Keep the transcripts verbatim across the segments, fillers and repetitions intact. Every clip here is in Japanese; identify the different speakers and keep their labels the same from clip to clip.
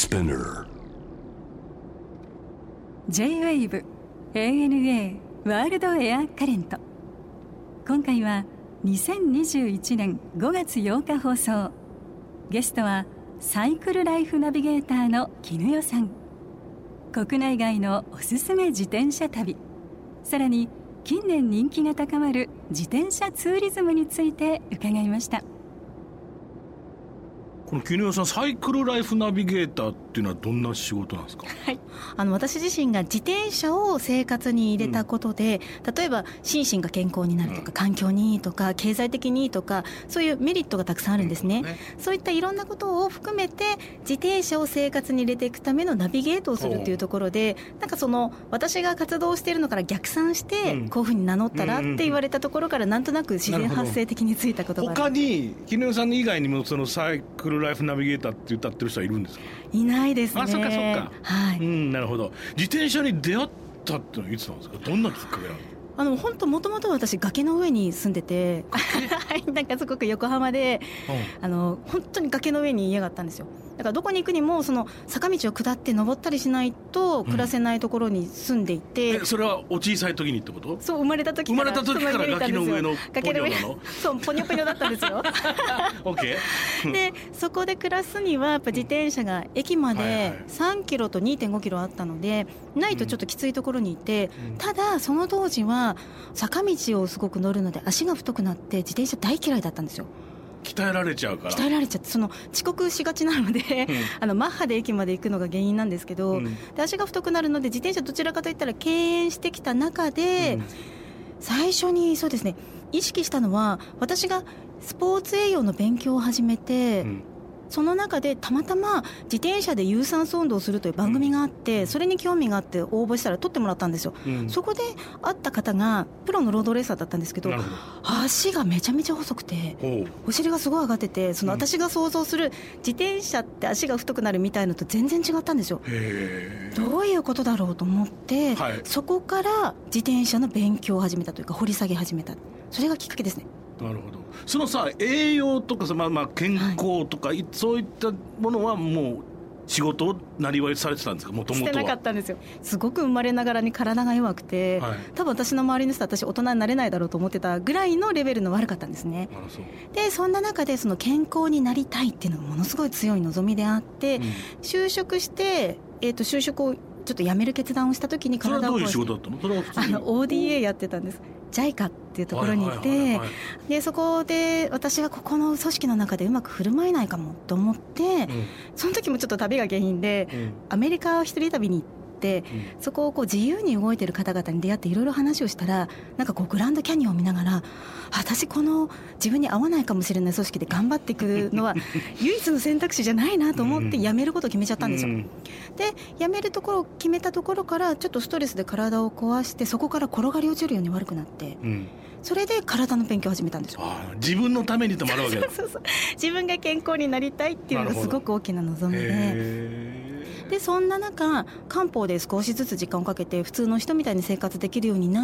Speaker 1: Spinner
Speaker 2: J-ウェーブ エーエヌエー ワールドエアカレント。今回はにせんにじゅういちねんごがつようか放送。ゲストはサイクルライフナビゲーターの絹代さん。国内外のおすすめ自転車旅、さらに近年人気が高まる自転車ツーリズムについて伺いました。
Speaker 3: この絹代さん、サイクルライフナビゲーターっていうのはどんな仕事なんですか？
Speaker 4: はい、あの私自身が自転車を生活に入れたことで、うん、例えば心身が健康になるとか、うん、環境にいいとか経済的にいいとか、そういうメリットがたくさんあるんですね、うんね、そういったいろんなことを含めて自転車を生活に入れていくためのナビゲートをするというところで、なんかその私が活動しているのから逆算して、うん、こういうふうに名乗ったらって言われたところからなんとなく自然発生的についた言葉。
Speaker 3: 他に絹代さん以外にもそのサイクルライフナビゲーターって歌ってる人はいるんですか？
Speaker 4: いないですね。
Speaker 3: あ、そっかそっか、
Speaker 4: はい、
Speaker 3: うん、なるほど。自転車に出会ったってのはいつなんですか？どんなきっかけなの？
Speaker 4: あの本当もともと私崖の上に住んでてはいなんかすごく横浜で、うん、あの本当に崖の上に家があったんですよ。だからどこに行くにもその坂道を下って登ったりしないと暮らせないところに住んでいて、うん、
Speaker 3: えそれはお小さい時にってこと？
Speaker 4: そう、生まれた時から
Speaker 3: 生まれた時から崖の上のポニョなの？
Speaker 4: そう、ポニョポニョだったんですよ
Speaker 3: OK
Speaker 4: でそこで暮らすにはやっぱ自転車が駅までさんキロと にてんごキロあったので、ないとちょっときついところにいて、うん、ただその当時は坂道をすごく乗るので足が太くなって自転車大嫌いだったんですよ。
Speaker 3: 鍛えられちゃうから
Speaker 4: 鍛えられちゃって、その遅刻しがちなので、うん、あのマッハで駅まで行くのが原因なんですけど、うん、で足が太くなるので自転車どちらかといったら敬遠してきた中で、うん、最初にそうですね意識したのは、私がスポーツ栄養の勉強を始めて、うん、その中でたまたま自転車で有酸素運動をするという番組があって、うん、それに興味があって応募したら取ってもらったんですよ、うん、そこで会った方がプロのロードレーサーだったんですけど、足がめちゃめちゃ細くてお尻がすごい上がってて、その私が想像する自転車って足が太くなるみたいのと全然違ったんですよ。へー、どういうことだろうと思って、はい、そこから自転車の勉強を始めたというか掘り下げ始めた、それがきっかけですね。
Speaker 3: なるほど。そのさ、栄養とかさ、まあ、まあ健康とか、はい、そういったものはもう仕事をなりわいされてたんですか？もともとは
Speaker 4: してなかったんですよ。すごく生まれながらに体が弱くて、はい、多分私の周りの人は私大人になれないだろうと思ってたぐらいのレベルの悪かったんですね。あら、そう。でそんな中でその健康になりたいっていうのがものすごい強い望みであって、うん、就職して、えーと、就職をちょっと辞める決断をした時に体を、
Speaker 3: それはどういう仕事だったの？それは普通に
Speaker 4: あの オーディーエー やってたんです。ジャイカ っていうところにいて、でそこで私はここの組織の中でうまく振る舞えないかもと思って、うん、その時もちょっと旅が原因で、うん、アメリカ一人旅に行って、うん、そこをこう自由に動いてる方々に出会っていろいろ話をしたら、なんかこうグランドキャニオンを見ながら、私この自分に合わないかもしれない組織で頑張っていくのは唯一の選択肢じゃないなと思って辞めることを決めちゃったんですよ、うん、で辞めるところを決めたところからちょっとストレスで体を壊して、そこから転がり落ちるように悪くなって、うん、それで体の勉強を始めたんですよ。
Speaker 3: あ、自分のためにともあるわけだ
Speaker 4: そうそうそう、自分が健康になりたいっていうのがすごく大きな望みで、でそんな中漢方で少しずつ時間をかけて普通の人みたいに生活できるようになって、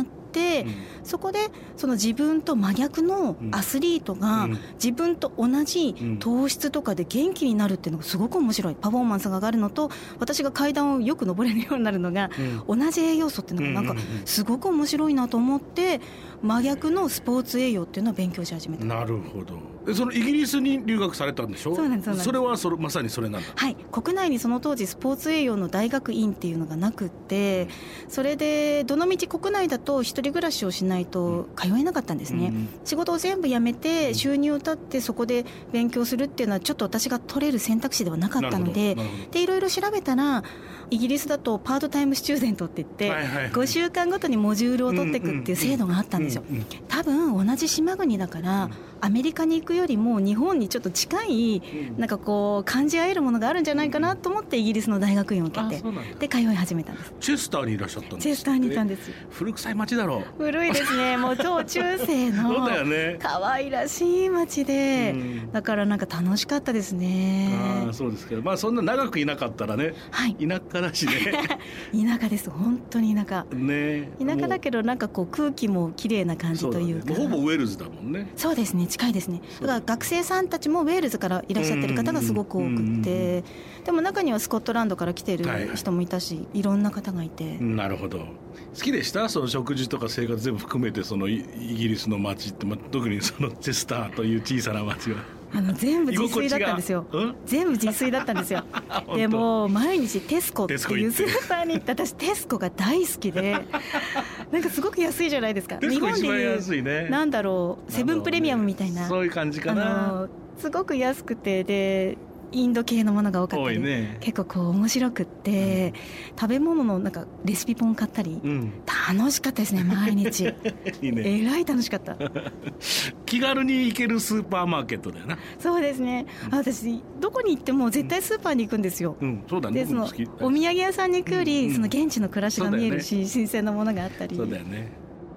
Speaker 4: うん、そこでその自分と真逆のアスリートが、うん、自分と同じ糖質とかで元気になるっていうのがすごく面白い、パフォーマンスが上がるのと、私が階段をよく登れるようになるのが、うん、同じ栄養素っていうのがなんかすごく面白いなと思って、真逆のスポーツ栄養っていうのを勉強し始めた。
Speaker 3: なるほど。そのイギリスに留学されたんでしょ？
Speaker 4: そうなんです、そうなんです。
Speaker 3: それはそれまさにそれなんだ。
Speaker 4: はい、国内にその当時スポーツ栄養の大学院っていうのがなくって、それでどのみち国内だと一人暮らしをしないと通えなかったんですね、うん、仕事を全部辞めて収入を絶ってそこで勉強するっていうのはちょっと私が取れる選択肢ではなかったので、でいろいろ調べたらイギリスだとパートタイムスチューデントって言って、はいはいはい、ごしゅうかんごとにモジュールを取っていくっていう制度があったんですよ。多分同じ島国だから、うん、アメリカに行くよりも日本にちょっと近い、うん、なんかこう感じ合えるものがあるんじゃないかなと思ってイギリスの大学院を受けて、で通い始めたんです。
Speaker 3: チェスターにいらっしゃったんです。
Speaker 4: チェスターにいたんです。
Speaker 3: 古臭い街だろう。
Speaker 4: 古いですね。もう超中世の
Speaker 3: そうだよね、
Speaker 4: 可愛らしい街で、うん、だからなんか楽しかったですね。
Speaker 3: あ、そうですけど、まあそんな長くいなかったらね、はい、田舎だしね
Speaker 4: 田舎です、本当に田舎、
Speaker 3: ね、
Speaker 4: 田舎だけどなんかこう空気も綺麗な感じというか、
Speaker 3: う、ね、もうほぼウェールズだもんね。
Speaker 4: そうですね、 に近いですね。だから学生さんたちもウェールズからいらっしゃってる方がすごく多くて、でも中にはスコットランドから来てる人もいたし、はいはい、いろんな方がいて。
Speaker 3: なるほど。好きでした？その食事とか生活全部含めて、そのイギリスの街って、まあ、特にそのチェスターという小さな街は
Speaker 4: あの全部自炊だったんですよ。全部自炊だったんですよでも毎日テスコっていうスーパーに行って、私テスコが大好きでなんかすごく安いじゃないですか。
Speaker 3: 日本でいう、ね、
Speaker 4: なんだろうセブンプレミアムみたいな、
Speaker 3: ね、そういう感じかな。
Speaker 4: あのすごく安くて、でインド系のものが多かったり、ね、結構こう面白くって、うん、食べ物のなんかレシピ本買ったり、うん、楽しかったですね毎日いいね、えらい楽しかった
Speaker 3: 気軽に行けるスーパーマーケットだよな。
Speaker 4: そうですね、うん、私どこに行っても絶対スーパーに行くんですよ、
Speaker 3: うんうん、そうだね。
Speaker 4: でそのお土産屋さんに行くより、うんうん、その現地の暮らしが見えるし、ね、新鮮なものがあったり。
Speaker 3: そうだよね。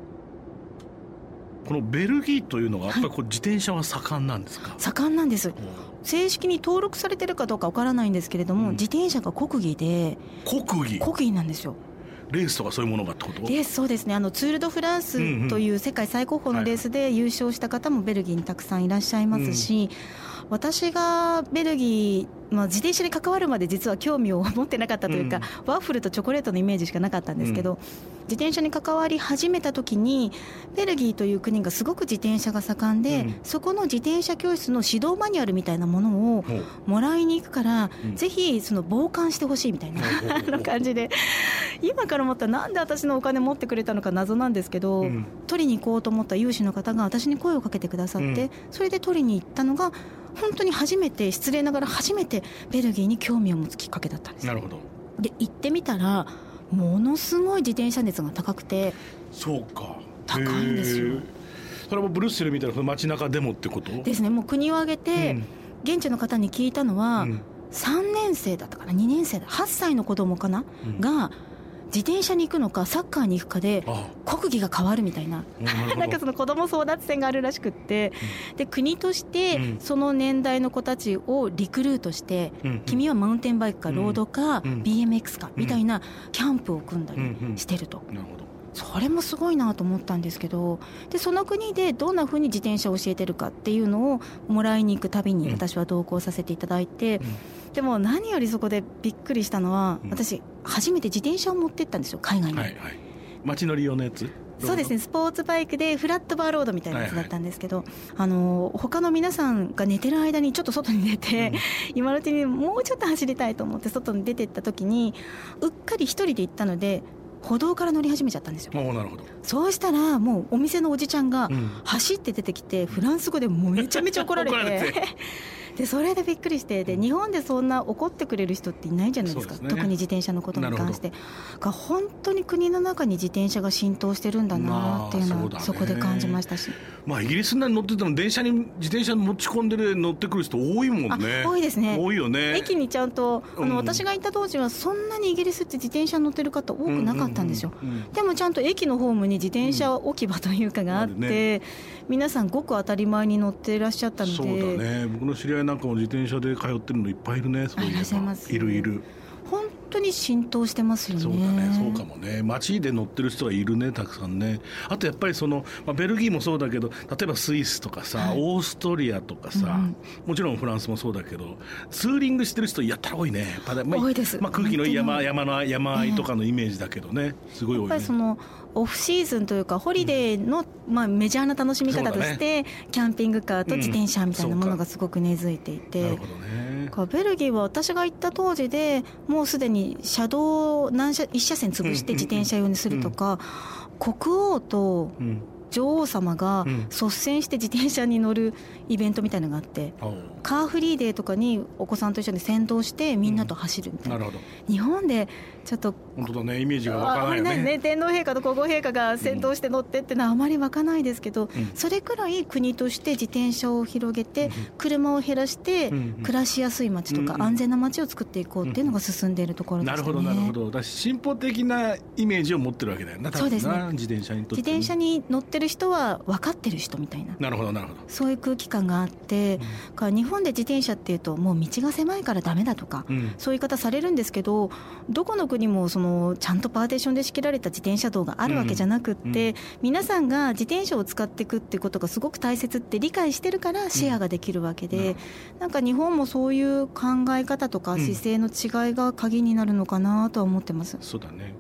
Speaker 3: このベルギーというのはやっぱりこう自転車は盛んなんですか？はい、
Speaker 4: 盛んなんです。正式に登録されてるかどうかわからないんですけれども、うん、自転車が国技で。
Speaker 3: 国技？
Speaker 4: 国技なんですよ。
Speaker 3: レースとかそういうものがってこと？
Speaker 4: レース、そうですね。あのツール・ド・フランスという世界最高峰のレースで優勝した方もベルギーにたくさんいらっしゃいますし、うん、私がベルギー、まあ、自転車に関わるまで実は興味を持ってなかったというか、うん、ワッフルとチョコレートのイメージしかなかったんですけど、うん、自転車に関わり始めた時にベルギーという国がすごく自転車が盛んで、うん、そこの自転車教室の指導マニュアルみたいなものをもらいに行くから、うん、ぜひその傍観してほしいみたいな感じで、今から思ったらなんで私のお金持ってくれたのか謎なんですけど、うん、取りに行こうと思った有志の方が私に声をかけてくださって、うん、それで取りに行ったのが本当に初めて、失礼ながら初めてベルギーに興味を持つきっかけだったんです。
Speaker 3: なるほど。
Speaker 4: で行ってみたらものすごい自転車熱が高くて。
Speaker 3: そうか、
Speaker 4: 高いんですよ。
Speaker 3: それもブルッセルみたいな街中でもってこと
Speaker 4: ですね。もう国を挙げて、うん、現地の方に聞いたのは、うん、さんねん生だったかな、にねん生だ、はっさいの子供かな、うん、が自転車に行くのかサッカーに行くかで国技が変わるみたいななんかその子供争奪戦があるらしくって、うん、で国としてその年代の子たちをリクルートして、うん、君はマウンテンバイクかロードか、うん、ビーエムエックス かみたいなキャンプを組んだりしてると、うんうん、なるほど。それもすごいなと思ったんですけど、でその国でどんな風に自転車を教えてるかっていうのをもらいに行くたびに私は同行させていただいて、うん、でも何よりそこでびっくりしたのは、うん、私初めて自転車を持ってったんですよ、海外に、はいはい、
Speaker 3: 街乗り用のやつ。
Speaker 4: そうですね、スポーツバイクでフラットバーロードみたいなやつだったんですけど、はいはい、あの他の皆さんが寝てる間にちょっと外に出て、うん、今のうちにもうちょっと走りたいと思って外に出てった時にうっかり一人で行ったので歩道から乗り始めちゃったんですよ。
Speaker 3: お、なるほど。
Speaker 4: そうしたらもうお店のおじちゃんが走って出てきて、うん、フランス語でもうめちゃめちゃ怒られて怒られてでそれでびっくりして、で日本でそんな怒ってくれる人っていないじゃないですか、す、ね、特に自転車のことに関してが本当に国の中に自転車が浸透してるんだなっていうのは、まあ そ, そこで感じましたし、
Speaker 3: まあ、イギリスに乗ってても電車に自転車に持ち込んで乗ってくる人多いもんね。
Speaker 4: 多いですね。
Speaker 3: 多いよね。
Speaker 4: 駅にちゃんとあの、うん、私が行った当時はそんなにイギリスって自転車乗ってる方多くなかったんですよ、うんうんうんうん、でもちゃんと駅のホームに自転車置き場というかがあって、うんね、皆さんごく当たり前に乗っていらっしゃったので。
Speaker 3: そうだね、僕の知り合いなんかも自転車で通ってるのいっぱいいるね。そういえばいらっしゃいます。いるいる。
Speaker 4: 本当に浸透してますよね。
Speaker 3: そうだね、そうかもね。街で乗ってる人がいるね、たくさんね。あとやっぱりその、まあ、ベルギーもそうだけど、例えばスイスとかさ、はい、オーストリアとかさ、うん、もちろんフランスもそうだけどツーリングしてる人やったら多いね。まあ、
Speaker 4: 多いです、
Speaker 3: まあ、空気のいい 山, 山, の山あいとかのイメージだけどね、すごい多いね。
Speaker 4: やっぱりそのオフシーズンというかホリデーの、うん、まあ、メジャーな楽しみ方として、ね、キャンピングカーと自転車みたいなものがすごく根付いていて、うん、なるほどね。ベルギーは私が行った当時でもうすでに車道何車一車線潰して自転車用にするとか、うんうん、国王と女王様が率先して自転車に乗るイベントみたいなのがあって、うん、カーフリーデーとかにお子さんと一緒に先導してみんなと走るみたいな、うん、なるほど。日本でちょっと
Speaker 3: 本当だね、イメージが湧かないよね。
Speaker 4: ね、天皇陛下と皇后陛下が先導して乗ってってのはあまり湧かないですけど、うん、それくらい国として自転車を広げて、うん、車を減らして暮らしやすい街とか、うん、安全な街を作っていこうっていうのが進んでいるところですね。
Speaker 3: なるほどなるほど。だ進歩的なイメージを持ってるわけだよな、多分な。そうですね、自転車にとって、
Speaker 4: 自転車に乗ってる人は分かってる人みたいな、
Speaker 3: なるほどなるほど、
Speaker 4: そういう空気感があって、うん、から日本で自転車っていうともう道が狭いからダメだとか、うん、そういう言い方されるんですけど、どこの国もそのちゃんとパーテーションで仕切られた自転車道があるわけじゃなくって、うん、皆さんが自転車を使っていくっていうことがすごく大切って理解してるからシェアができるわけで、うん、なんか日本もそういう考え方とか姿勢の違いが鍵になるのかなとは思ってます、
Speaker 3: うん、そうだね。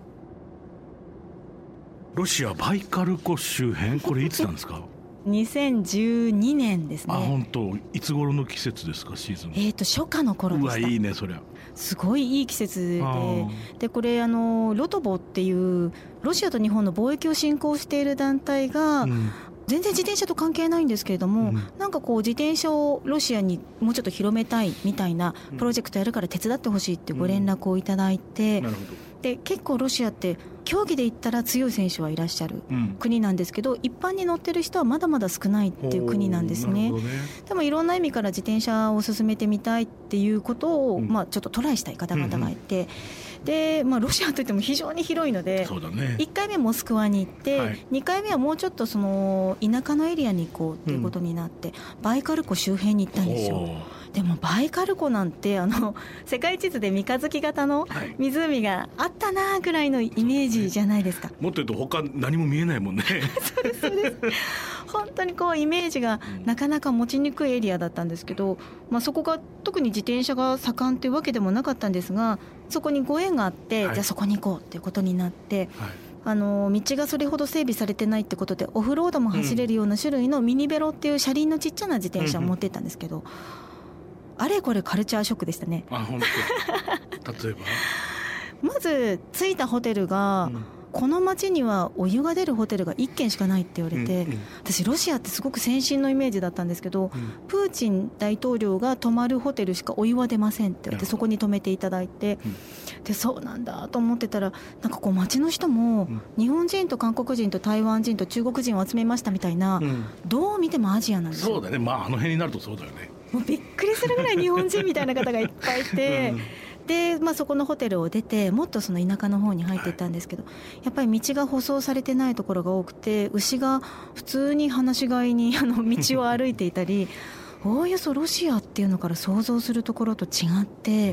Speaker 3: ロシアバイカル湖周辺、これいつなんですか？
Speaker 4: にせんじゅうにねんですね。
Speaker 3: あ、本当。いつ頃の季節ですか、シーズン？
Speaker 4: えーと初夏の頃でした。
Speaker 3: うわ、いいねそりゃ。
Speaker 4: すごいいい季節で、でこれあのロトボっていうロシアと日本の貿易を振興している団体が、うん、全然自転車と関係ないんですけれども、うん、なんかこう自転車をロシアにもうちょっと広めたいみたいなプロジェクトやるから手伝ってほしいってご連絡をいただいて、うん、なるほど。で結構ロシアって競技で言ったら強い選手はいらっしゃる国なんですけど、うん、一般に乗ってる人はまだまだ少ないっていう国なんですね。ね、でもいろんな意味から自転車を進めてみたいっていうことを、うん、まあ、ちょっとトライしたい方々がいて、うんうん、でまあ、ロシアといっても非常に広いので、そうだね、いっかいめモスクワに行って、はい、にかいめはもうちょっとその田舎のエリアに行こうっていうことになって、うん、バイカル湖周辺に行ったんですよ。でもバイカル湖なんてあの世界地図で三日月型の湖があったなぐらいのイメージじゃないですか、ね、
Speaker 3: もっと言うと他何も見えないもんね
Speaker 4: そうですそうです本当にこうイメージがなかなか持ちにくいエリアだったんですけど、まあ、そこが特に自転車が盛んというわけでもなかったんですが、そこにご縁があって、はい、じゃあそこに行こうっていうことになって、はい、あの道がそれほど整備されてないってことでオフロードも走れるような種類のミニベロっていう車輪のちっちゃな自転車を持ってったんですけど、うんうん、あれこれカルチャーショックでしたね。
Speaker 3: あ、本当。例えば
Speaker 4: まず着いたホテルが、うん、この街にはお湯が出るホテルがいっけんしかないって言われて、うんうん、私ロシアってすごく先進のイメージだったんですけど、うん、プーチン大統領が泊まるホテルしかお湯は出ませんって言ってそこに泊めていただいて、うん、でそうなんだと思ってたら、なんかこう街の人も、うん、日本人と韓国人と台湾人と中国人を集めましたみたいな、うん、どう見てもアジアなんですよ。
Speaker 3: そうだね、まああの辺になるとそうだよね。
Speaker 4: もうびっくりするぐらい日本人みたいな方がいっぱいいて、うんでまあ、そこのホテルを出てもっとその田舎の方に入っていったんですけど、やっぱり道が舗装されてないところが多くて、牛が普通に放し飼いにあの道を歩いていたりおおよそロシアっていうのから想像するところと違って、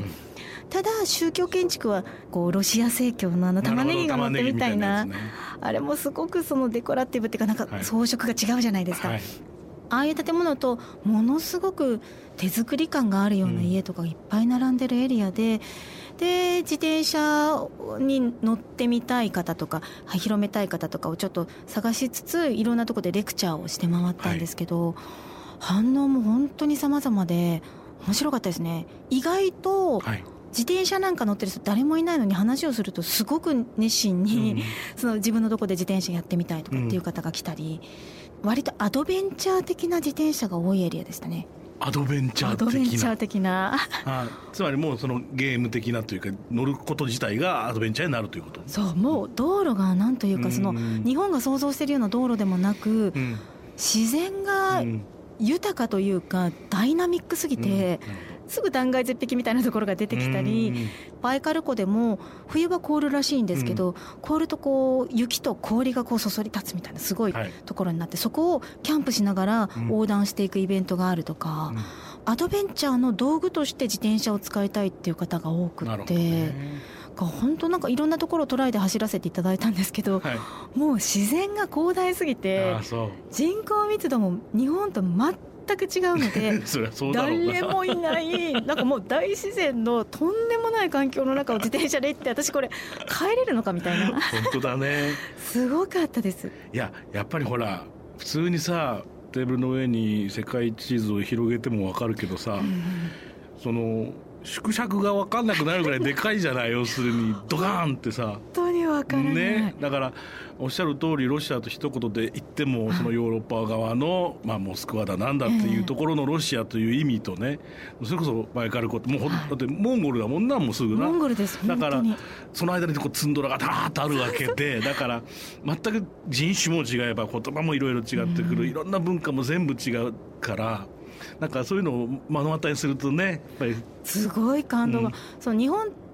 Speaker 4: ただ宗教建築はこうロシア正教のあの玉ねぎが乗ってみたいな、あれもすごくそのデコラティブっていうか、なんか装飾が違うじゃないですか、はい、ああいう建物とものすごく手作り感があるような家とかいっぱい並んでるエリアで、で自転車に乗ってみたい方とか広めたい方とかをちょっと探しつつ、いろんなところでレクチャーをして回ったんですけど、はい、反応も本当に様々で面白かったですね。意外と、はい、自転車なんか乗ってる人誰もいないのに話をするとすごく熱心に、うん、その自分のとこで自転車やってみたいとかっていう方が来たり、うん、割とアドベンチャー的な自転車が多いエリアでしたね。
Speaker 3: アドベンチャー的な、
Speaker 4: アドベンチャー的な
Speaker 3: あ、つまりもうそのゲーム的なというか乗ること自体がアドベンチャーになるということ。
Speaker 4: そう、もう道路がなんというか、その日本が想像しているような道路でもなく、うん、自然が豊かというかダイナミックすぎて、うんうん、すぐ断崖絶壁みたいなところが出てきたり、バイカル湖でも冬は凍るらしいんですけど、うん、凍るとこう雪と氷がこうそそり立つみたいなすごいところになって、はい、そこをキャンプしながら横断していくイベントがあるとか、うん、アドベンチャーの道具として自転車を使いたいっていう方が多くって、本当なんかいろんなところをトライで走らせていただいたんですけど、はい、もう自然が広大すぎて、ああ、そう、人口密度も日本と全く違うので
Speaker 3: そりゃそうだろうな、
Speaker 4: 誰もいないなんかもう大自然のとんでもない環境の中を自転車で行って、私これ帰れるのかみたいな
Speaker 3: 本当だね、
Speaker 4: すごかったです。
Speaker 3: いや、やっぱりほら普通にさテーブルの上に世界地図を広げても分かるけどさ、うん、その縮尺が分かんなくなるぐらいでかいじゃない要するにドカーンってさ、
Speaker 4: 本当に分からない、ね、
Speaker 3: だからおっしゃる通りロシアと一言で言ってもそのヨーロッパ側の、まあ、モスクワだなんだっていうところのロシアという意味とね、それこそバイカル湖ってもう、はい、だってモンゴルだもんな、もうすぐな、
Speaker 4: モンゴルです。
Speaker 3: だからその間にこうツンドラがダーッとあるわけでだから全く人種も違えば言葉もいろいろ違ってくる、いろんな文化も全部違うから、なんかそういうのを目の当たりにするとね、やっぱり
Speaker 4: すごい感動が、うん、その日本っ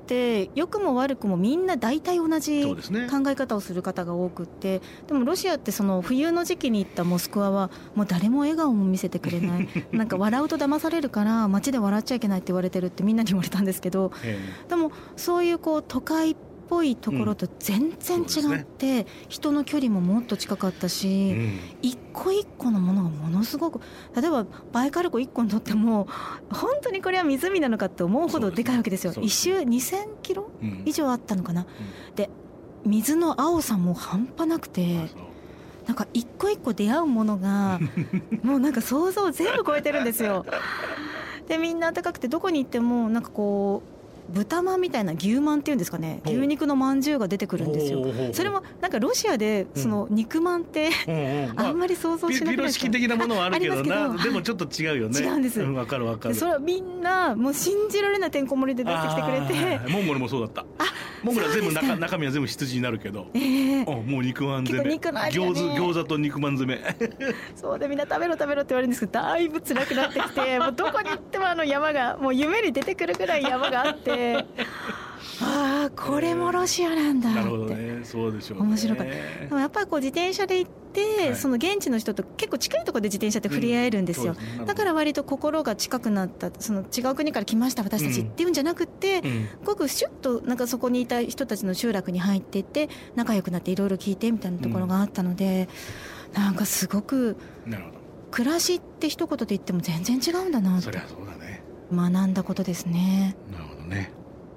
Speaker 4: って良くも悪くもみんな大体同じ考え方をする方が多くって、 で, ね、でもロシアってその冬の時期に行ったモスクワはもう誰も笑顔も見せてくれないなんか笑うと騙されるから街で笑っちゃいけないって言われてるってみんなに言われたんですけど、でもそういうこう都会っぽいところと全然違って、うんね、人の距離ももっと近かったし、うん、一個一個のものがものすごく、例えばバイカル湖一個にとっても本当にこれは湖なのかって思うほどでかいわけですよ。一周にせんキロ以上あったのかな、うん、で水の青さも半端なくて、なんか一個一個出会うものがもうなんか想像を全部超えてるんですよ。でみんな暖かくて、どこに行ってもなんかこう豚まんみたいな牛まんっていうんですかね、牛肉のまんじゅうが出てくるんですよ。それもなんかロシアでその肉まんってあんまり想像しなくないですか。
Speaker 3: ピロ式的なものはあるけどな、でもちょっと違うよね。
Speaker 4: 違うんです。
Speaker 3: うん、分かる分かる。
Speaker 4: それはみんなもう信じられないてんこ盛りで出してきてくれて、
Speaker 3: モンゴルもそうだった。モンゴルは全部 中, 中身は全部羊になるけど、えー、もう肉まん攻め、
Speaker 4: 肉の味、ね、
Speaker 3: 餃子、餃子と肉まん攻め
Speaker 4: そうでみんな食べろ食べろって言われるんですけど、だいぶ辛くなってきてもうどこに行ってもあの山がもう夢に出てくるぐらい山があってああこれもロシアなんだって、
Speaker 3: なるほどね、そうでしょうね。
Speaker 4: 面白かった。でもやっぱりこう自転車で行って、はい、その現地の人と結構近いところで自転車って触れ合えるんですよ、うん、だから割と心が近くなった、その違う国から来ました私たちっていうんじゃなくて、うん、ごくシュッとなんかそこにいた人たちの集落に入っていって仲良くなっていろいろ聞いてみたいなところがあったので、うん、なんかすごく暮らしって一言で言っても全然違うんだなって、
Speaker 3: そりゃそうだね、
Speaker 4: 学んだことですね。
Speaker 3: なるほどね。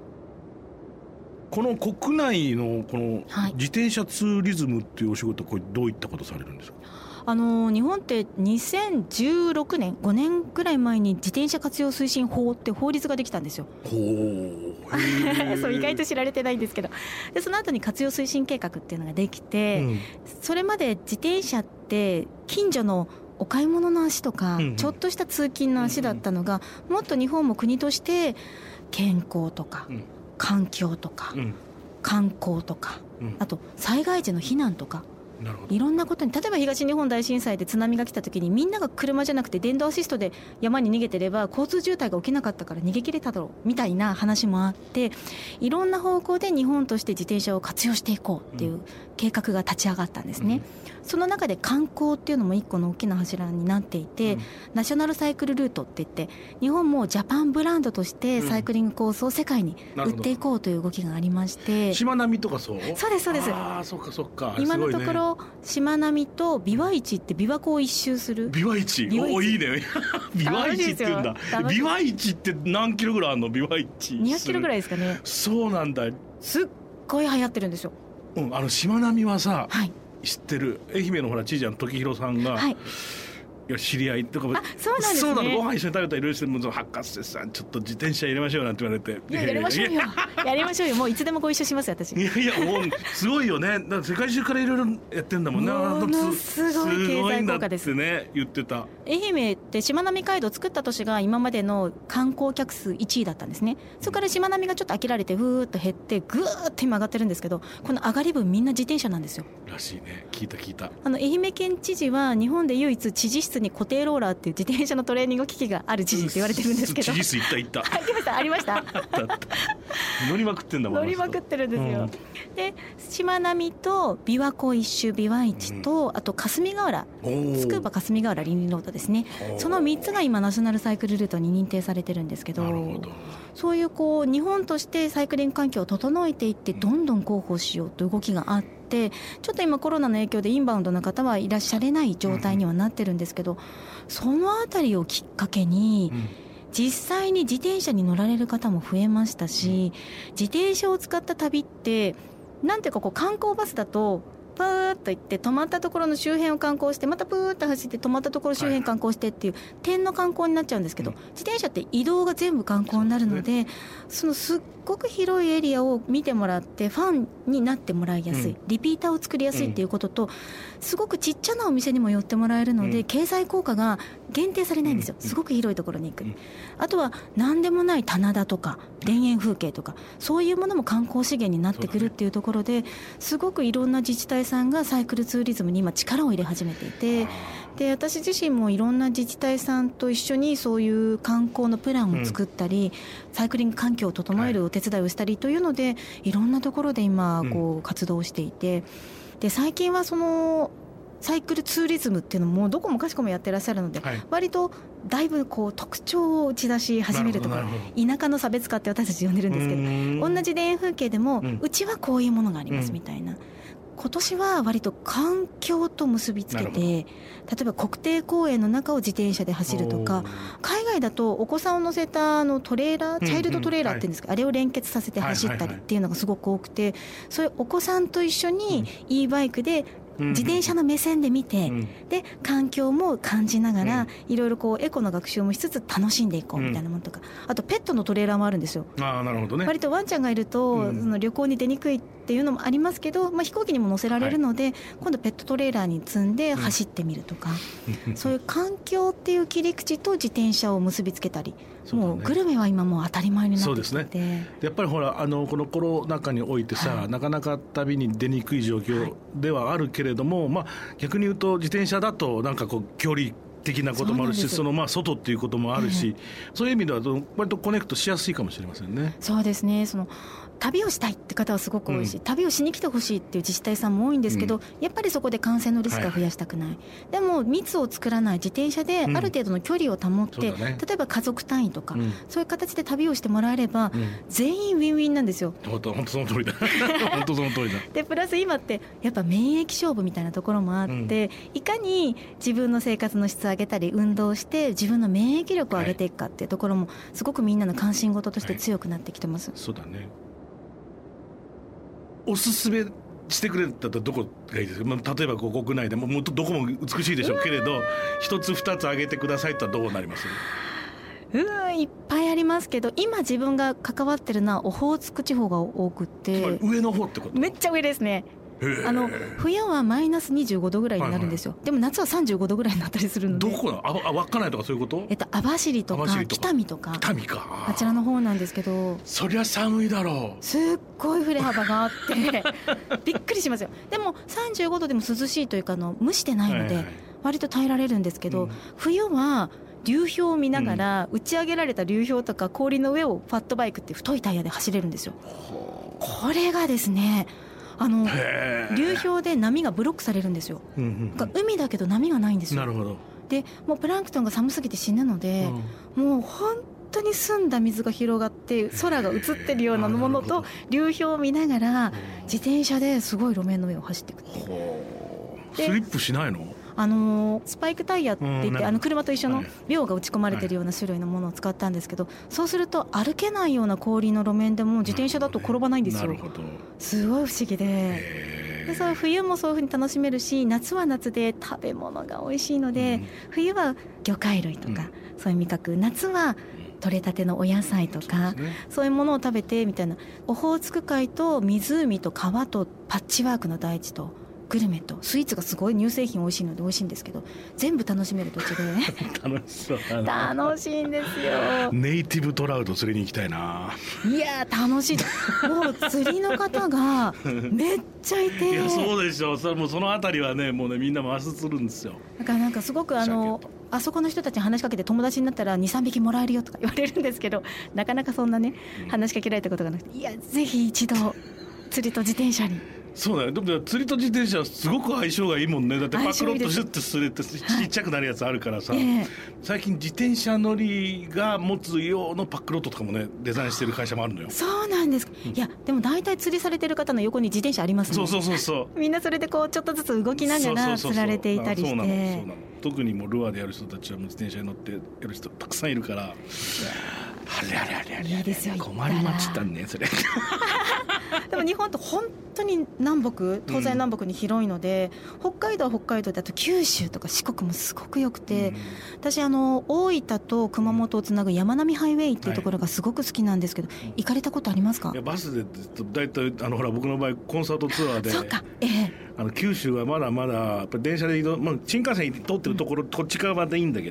Speaker 3: この国内のこの自転車ツーリズムっていうお仕事、これどういったことされるんですか。
Speaker 4: あの日本ってにせんじゅうろくねんごねんぐらい前に自転車活用推進法って法律ができたんですよ。
Speaker 3: ほう
Speaker 4: そう意外と知られてないんですけど、でその後に活用推進計画っていうのができて、うん、それまで自転車って近所のお買い物の足とか、うん、ちょっとした通勤の足だったのが、うん、もっと日本も国として健康とか、うん環境とか、うん、観光とか、うん、あと災害時の避難とか、いろんなことに、例えば東日本大震災で津波が来た時にみんなが車じゃなくて電動アシストで山に逃げてれば交通渋滞が起きなかったから逃げ切れただろうみたいな話もあって、いろんな方向で日本として自転車を活用していこうっていう計画が立ち上がったんですね、うん、その中で観光っていうのも一個の大きな柱になっていて、うん、ナショナルサイクルルートって言って日本もジャパンブランドとしてサイクリングコースを世界に売っていこうという動きがありまして、
Speaker 3: しまなみとかそう？
Speaker 4: そうですそうです。
Speaker 3: ああそっかそっか。
Speaker 4: 今のところしまなみと琵琶市って琵琶湖を一周する。
Speaker 3: 琵琶市、おおいいね琵琶市って言うんだ。琵琶市って何キロぐらいあるの？琵琶市
Speaker 4: にひゃくキロぐらいですかね。
Speaker 3: そうなんだ。
Speaker 4: すっごい流行ってるんですよ。
Speaker 3: うん、あのしまなみはさ、
Speaker 4: はい、
Speaker 3: 知ってる愛媛のほら知事の時弘さんが、はい、いや知り合いとか、
Speaker 4: あ、そうなんですね。
Speaker 3: そうなの、ご飯一緒に食べたりいろいろしてもう博士さんちょっと自転車入れましょうなんて言われて、
Speaker 4: いややりましょうよやりましょうよ、もういつでもご一緒します私。
Speaker 3: いやいやもうすごいよね。だから世界中からいろいろやってんだもんね。
Speaker 4: ものすごい経済効果です。
Speaker 3: すごいんだってね言ってた。
Speaker 4: 愛媛ってしまなみ海道作った年が今までの観光客数いちいだったんですね。そこからしまなみがちょっと飽きられてふーっと減ってぐーって今上がってるんですけど、この上がり分みんな自転車なんですよ。
Speaker 3: らしいね。聞いた聞いた。
Speaker 4: あの愛媛県知事は日本で唯一知事室に固定ローラーっていう自転車のトレーニング機器がある知事って言われてるんですけど、
Speaker 3: 知事室行った行った
Speaker 4: ありましたありました
Speaker 3: 乗りまくってんだもん。
Speaker 4: 乗りまくってるんですよ、うん、でしまなみと琵琶湖一周琵琶市と、うん、あと霞ヶ浦スクーバ霞ヶ浦リンリンロードですね。そのみっつが今ナショナルサイクルルートに認定されてるんですけど、
Speaker 3: なるほど。
Speaker 4: そういうこう日本としてサイクリング環境を整えていってどんどん広報しようという動きがあって、ちょっと今コロナの影響でインバウンドの方はいらっしゃれない状態にはなってるんですけど、そのあたりをきっかけに、うん実際に自転車に乗られる方も増えましたし、自転車を使った旅ってなんていうかこう観光バスだとプーッと行って止まったところの周辺を観光してまたプーッと走って止まったところ周辺観光してっていう点の観光になっちゃうんですけど、自転車って移動が全部観光になるので、そのすっごく広いエリアを見てもらってファンになってもらいやすい、リピーターを作りやすいっていうことと、すごくちっちゃなお店にも寄ってもらえるので経済効果が限定されないんですよ。すごく広いところに行く。あとは何でもない棚田とか田園風景とかそういうものも観光資源になってくるっていうところで、すごくいろんな自治体さんがサイクルツーリズムに今力を入れ始めていて、 で私自身もいろんな自治体さんと一緒にそういう観光のプランを作ったり、うん、サイクリング環境を整えるお手伝いをしたりというので、はい、いろんなところで今こう活動していて、うん、で最近はそのサイクルツーリズムっていうのもどこもかしこもやってらっしゃるので、はい、割とだいぶこう特徴を打ち出し始めるとか、田舎の差別化って私たち呼んでるんですけど、同じ田園風景でも、うん、うちはこういうものがありますみたいな、うん、今年は割と環境と結びつけて、例えば国定公園の中を自転車で走るとか、海外だとお子さんを乗せたあのトレーラー、チャイルドトレーラーっていうんですか、うんうん、はい、あれを連結させて走ったりっていうのがすごく多くて、そういうお子さんと一緒に e バイクで自転車の目線で見て、うん、で環境も感じながら、うん、いろいろこうエコの学習もしつつ楽しんでいこうみたいなものとか、うん、あとペットのトレーラーもあるんですよ。
Speaker 3: あ、なるほどね。割
Speaker 4: とワンちゃんがいると、うん、その旅行に出にくいっていうのもありますけど、まあ、飛行機にも乗せられるので、はい、今度ペットトレーラーに積んで走ってみるとか、うん、そういう環境っていう切り口と自転車を結びつけたり、もうグルメは今もう当たり前になってきてて、そうですね。
Speaker 3: やっぱりほらあのこのコロナ禍においてさ、はい、なかなか旅に出にくい状況ではあるけれども、はい、まあ、逆に言うと自転車だとなんかこう距離的なこともあるし、そのまあ外っていうこともあるし、えー、そういう意味では割とコネクトしやすいかもしれませんね。
Speaker 4: そうですね。その旅をしたいって方はすごく多いし、うん、旅をしに来てほしいっていう自治体さんも多いんですけど、うん、やっぱりそこで感染のリスクは増やしたくない、はい、でも密を作らない自転車である程度の距離を保って、うん、ね、例えば家族単位とか、うん、そういう形で旅をしてもらえれば、うん、全員ウィンウィンなんですよ。
Speaker 3: 本当その通りだ本当その通りだ
Speaker 4: でプラス今ってやっぱ免疫勝負みたいなところもあって、うん、いかに自分の生活の質を上げたり運動して自分の免疫力を上げていくかっていうところもすごくみんなの関心事として強くなってきてます、
Speaker 3: はい、そうだね。おすすめしてくれたらどこがいいですか、まあ、例えばこう国内でももっとどこも美しいでしょうけれど、一つ二つ挙げてくださいとはどうなります？
Speaker 4: うーんいっぱいありますけど、今自分が関わってるのはオホーツク地方が多くて、
Speaker 3: 上の方ってこと？
Speaker 4: めっちゃ上ですね。あの冬はマイナスにじゅうごどぐらいになるんですよ、はいはい、でも夏はさんじゅうごどぐらいになったりするので。
Speaker 3: どこなの？あ、稚内とかそういうこと？
Speaker 4: えっと、網走とか北見とか
Speaker 3: 北見か、
Speaker 4: あちらの方なんですけど、
Speaker 3: そりゃ寒いだろう。
Speaker 4: すっごい振れ幅があってびっくりしますよ。でもさんじゅうごどでも涼しいというか、あの蒸してないので割と耐えられるんですけど、うん、冬は流氷を見ながら、うん、打ち上げられた流氷とか氷の上をファットバイクって太いタイヤで走れるんですよ。これがですね、あの流氷で波がブロックされるんですよ、うんうんうん、海だけど波がないんですよ。
Speaker 3: なるほど。
Speaker 4: でもうプランクトンが寒すぎて死ぬので、うん、もう本当に澄んだ水が広がって空が映ってるようなものと流氷を見ながら自転車ですごい路面の上を走っていくっていう。
Speaker 3: スリップしないの？
Speaker 4: あのスパイクタイヤって言って、あの車と一緒の鋲が打ち込まれているような種類のものを使ったんですけど、そうすると歩けないような氷の路面でも自転車だと転ばないんですよ。なるほど。すごい不思議で、でそう冬もそういう風に楽しめるし、夏は夏で食べ物が美味しいので、うん、冬は魚介類とか、うん、そういう味覚、夏は取れたてのお野菜とか、 そうですね、そういうものを食べてみたいな。オホーツク海と湖と川とパッチワークの大地とグルメとスイーツがすごい乳製品美味しいので美味しいんですけど、全部楽しめる土地で
Speaker 3: 楽しそうだ
Speaker 4: な。楽しいんですよ。
Speaker 3: ネイティブトラウト釣りに行きたいな。
Speaker 4: いや楽しい。もう釣りの方がめっちゃいて、
Speaker 3: いやそうでしょう。それもうそのあたりはね、もうねみんな回す釣るんですよ。
Speaker 4: だからなんかすごくあのあそこの人たちに話しかけて友達になったら にさんびきもらえるよとか言われるんですけど、なかなかそんなね話しかけられたことがなくて、いやぜひ一度釣りと自転車に。
Speaker 3: そうだよ。でも釣りと自転車はすごく相性がいいもんね。だってパクロッとシュッとするってちっちゃくなるやつあるからさ、はい、えー、最近自転車乗りが持つ用のパックロットとかもねデザインしてる会社もあるのよ。
Speaker 4: そうなんですか、うん、いやでも大体釣りされてる方の横に自転車ありますね。
Speaker 3: そうそうそうそう
Speaker 4: みんなそれでこうちょっとずつ動きながら釣られていたりして。そうなのそうなの。
Speaker 3: 特にもうルアーでやる人たちはもう自転車に乗ってやる人たくさんいるから、あれあれあれあれ
Speaker 4: いいですよ。
Speaker 3: 困りましたねそれ
Speaker 4: でも日本って本当に南北東西南北に広いので、うん、北海道は北海道で、あと九州とか四国もすごくよくて、うん、私あの大分と熊本をつなぐ山並ハイウェイっていうところがすごく好きなんですけど、はい、行かれたことありますか？
Speaker 3: いやバスでだいたいあのほら僕の場合コンサートツアーで、
Speaker 4: そうか、ええ、
Speaker 3: あの九州はまだまだやっぱ電車で移動、まあ、新幹線通ってるところ、うん、こっち側でいいんだけど、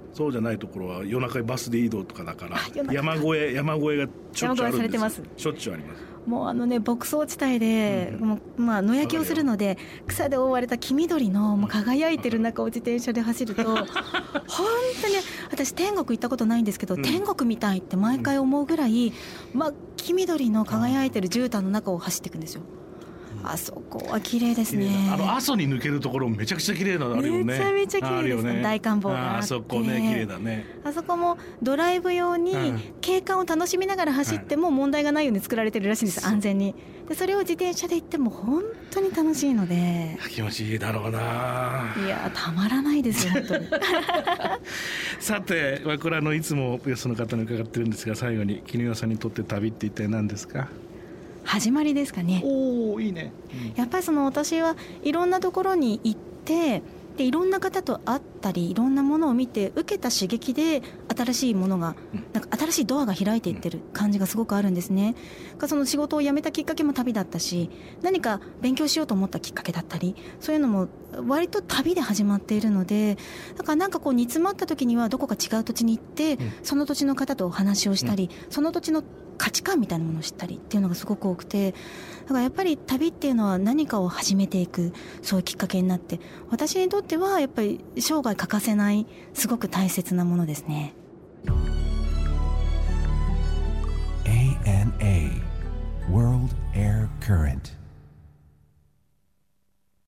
Speaker 3: そうじゃないところは夜中にバスで移動とかだから
Speaker 4: 夜
Speaker 3: 山越え山越えがしょっちゅうあるんですよ。
Speaker 4: 山越えされてます。
Speaker 3: しょっちゅうあります。
Speaker 4: もうあのね牧草地帯で、うん、もうまあ野焼きをするので草で覆われた黄緑のもう輝いてる中を自転車で走ると本当に私天国行ったことないんですけど、うん、天国みたいって毎回思うぐらい、まあ、黄緑の輝いてる絨毯の中を走っていくんですよ。あそこは綺麗ですね。
Speaker 3: あの阿蘇に抜けるところめちゃくちゃ綺麗なのあるよね。
Speaker 4: めちゃめちゃ綺麗ですね。大観峰があって、
Speaker 3: あそこね綺麗だね。
Speaker 4: あそこもドライブ用に景観を楽しみながら走っても問題がないように作られてるらしいんです、安全に。でそれを自転車で行っても本当に楽しいので
Speaker 3: 気持ちいいだろうな。
Speaker 4: いやたまらないですよ本当に
Speaker 3: さてこれあのいつもゲストの方に伺ってるんですが、最後に絹代さんにとって旅って一体何ですか？
Speaker 4: 始まりですかね。
Speaker 3: おーいいね、
Speaker 4: うん、やっぱりその私はいろんなところに行ってでいろんな方と会ったりいろんなものを見て受けた刺激で新しいものが、うん、なんか新しいドアが開いていってる感じがすごくあるんですね。その仕事を辞めたきっかけも旅だったし、何か勉強しようと思ったきっかけだったり、そういうのも割と旅で始まっているので、だからなんかこう煮詰まった時にはどこか違う土地に行って、うん、その土地の方とお話をしたり、うん、その土地の価値観みたいなものを知ったりっていうのがすごく多くて、だからやっぱり旅っていうのは何かを始めていくそういうきっかけになって、私にとってはやっぱり生涯欠かせないすごく大切なものですね。
Speaker 1: エーエヌエー World Air Current